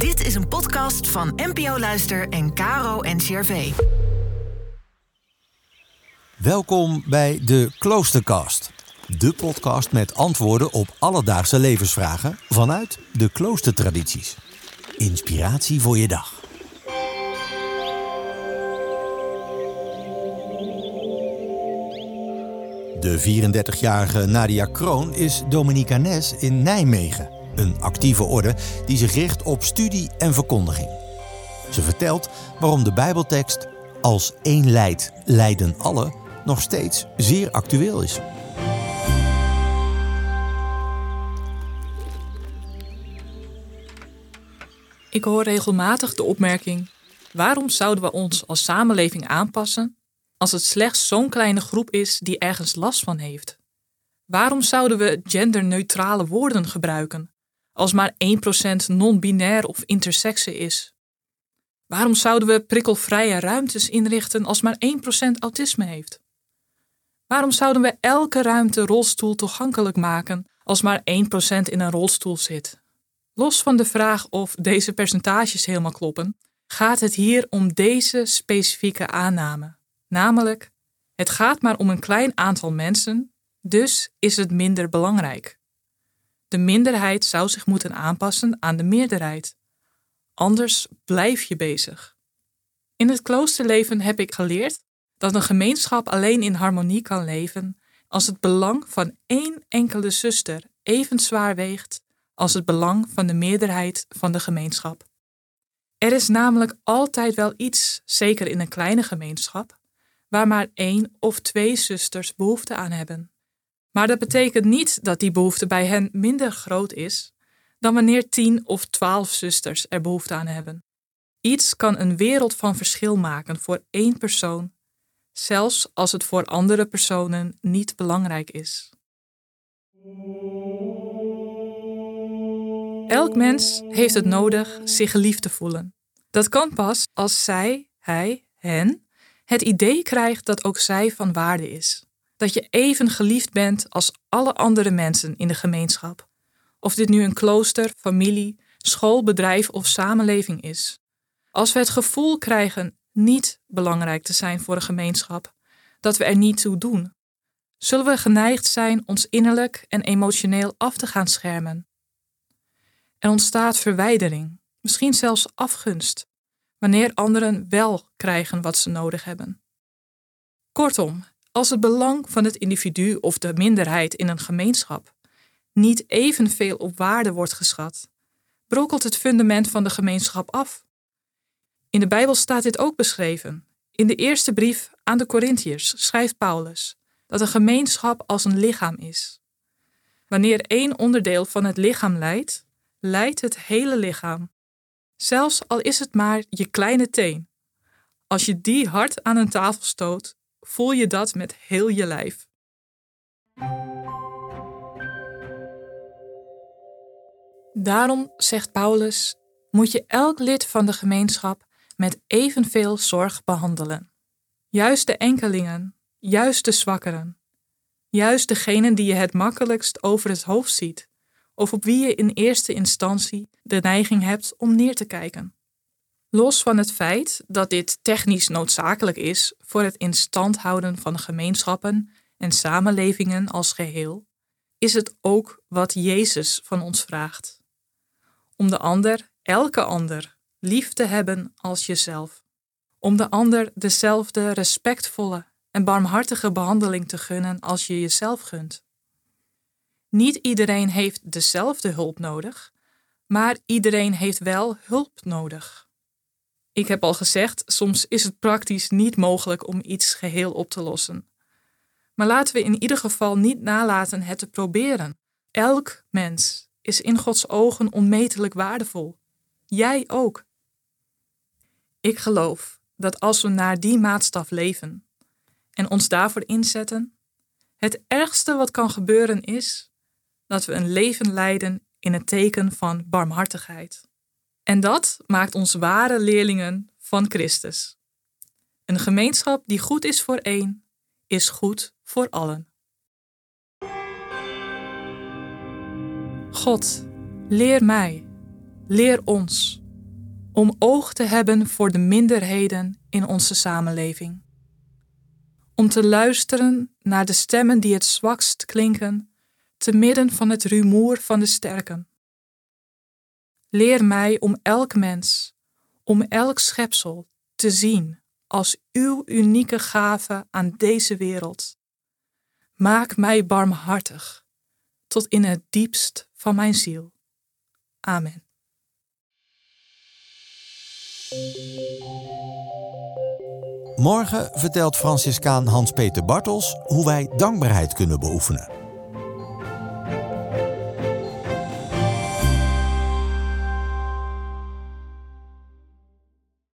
Dit is een podcast van NPO Luister en Caro NCRV. Welkom bij de Kloostercast. De podcast met antwoorden op alledaagse levensvragen vanuit de kloostertradities. Inspiratie voor je dag. De 34-jarige Nadia Kroon is Dominicanes in Nijmegen. Een actieve orde die zich richt op studie en verkondiging. Ze vertelt waarom de Bijbeltekst "als één lijdt, lijden alle" nog steeds zeer actueel is. Ik hoor regelmatig de opmerking: waarom zouden we ons als samenleving aanpassen als het slechts zo'n kleine groep is die ergens last van heeft? Waarom zouden we genderneutrale woorden gebruiken als maar 1% non-binair of intersexe is? Waarom zouden we prikkelvrije ruimtes inrichten als maar 1% autisme heeft? Waarom zouden we elke ruimte rolstoel toegankelijk maken als maar 1% in een rolstoel zit? Los van de vraag of deze percentages helemaal kloppen, gaat het hier om deze specifieke aanname. Namelijk, het gaat maar om een klein aantal mensen, dus is het minder belangrijk. De minderheid zou zich moeten aanpassen aan de meerderheid. Anders blijf je bezig. In het kloosterleven heb ik geleerd dat een gemeenschap alleen in harmonie kan leven als het belang van één enkele zuster even zwaar weegt als het belang van de meerderheid van de gemeenschap. Er is namelijk altijd wel iets, zeker in een kleine gemeenschap, waar maar 1 of 2 zusters behoefte aan hebben. Maar dat betekent niet dat die behoefte bij hen minder groot is dan wanneer 10 of 12 zusters er behoefte aan hebben. Iets kan een wereld van verschil maken voor 1 persoon, zelfs als het voor andere personen niet belangrijk is. Elk mens heeft het nodig zich geliefd te voelen. Dat kan pas als zij, hij, hen het idee krijgt dat ook zij van waarde is. Dat je even geliefd bent als alle andere mensen in de gemeenschap. Of dit nu een klooster, familie, school, bedrijf of samenleving is. Als we het gevoel krijgen niet belangrijk te zijn voor een gemeenschap, dat we er niet toe doen, zullen we geneigd zijn ons innerlijk en emotioneel af te gaan schermen. Er ontstaat verwijdering, misschien zelfs afgunst, wanneer anderen wel krijgen wat ze nodig hebben. Kortom, als het belang van het individu of de minderheid in een gemeenschap niet evenveel op waarde wordt geschat, brokkelt het fundament van de gemeenschap af. In de Bijbel staat dit ook beschreven. In de eerste brief aan de Korintiërs schrijft Paulus dat een gemeenschap als een lichaam is. Wanneer 1 onderdeel van het lichaam lijdt, lijdt het hele lichaam. Zelfs al is het maar je kleine teen. Als je die hard aan een tafel stoot, voel je dat met heel je lijf. Daarom, zegt Paulus, moet je elk lid van de gemeenschap met evenveel zorg behandelen. Juist de enkelingen, juist de zwakkeren, juist degenen die je het makkelijkst over het hoofd ziet, of op wie je in eerste instantie de neiging hebt om neer te kijken. Los van het feit dat dit technisch noodzakelijk is voor het in stand houden van gemeenschappen en samenlevingen als geheel, is het ook wat Jezus van ons vraagt. Om de ander, elke ander, lief te hebben als jezelf. Om de ander dezelfde respectvolle en barmhartige behandeling te gunnen als je jezelf gunt. Niet iedereen heeft dezelfde hulp nodig, maar iedereen heeft wel hulp nodig. Ik heb al gezegd, soms is het praktisch niet mogelijk om iets geheel op te lossen. Maar laten we in ieder geval niet nalaten het te proberen. Elk mens is in Gods ogen onmetelijk waardevol. Jij ook. Ik geloof dat als we naar die maatstaf leven en ons daarvoor inzetten, het ergste wat kan gebeuren is dat we een leven leiden in het teken van barmhartigheid. En dat maakt ons ware leerlingen van Christus. Een gemeenschap die goed is voor 1, is goed voor allen. God, leer mij, leer ons om oog te hebben voor de minderheden in onze samenleving. Om te luisteren naar de stemmen die het zwakst klinken, te midden van het rumoer van de sterken. Leer mij om elk mens, om elk schepsel te zien als uw unieke gave aan deze wereld. Maak mij barmhartig, tot in het diepst van mijn ziel. Amen. Morgen vertelt Franciscaan Hans-Peter Bartels hoe wij dankbaarheid kunnen beoefenen.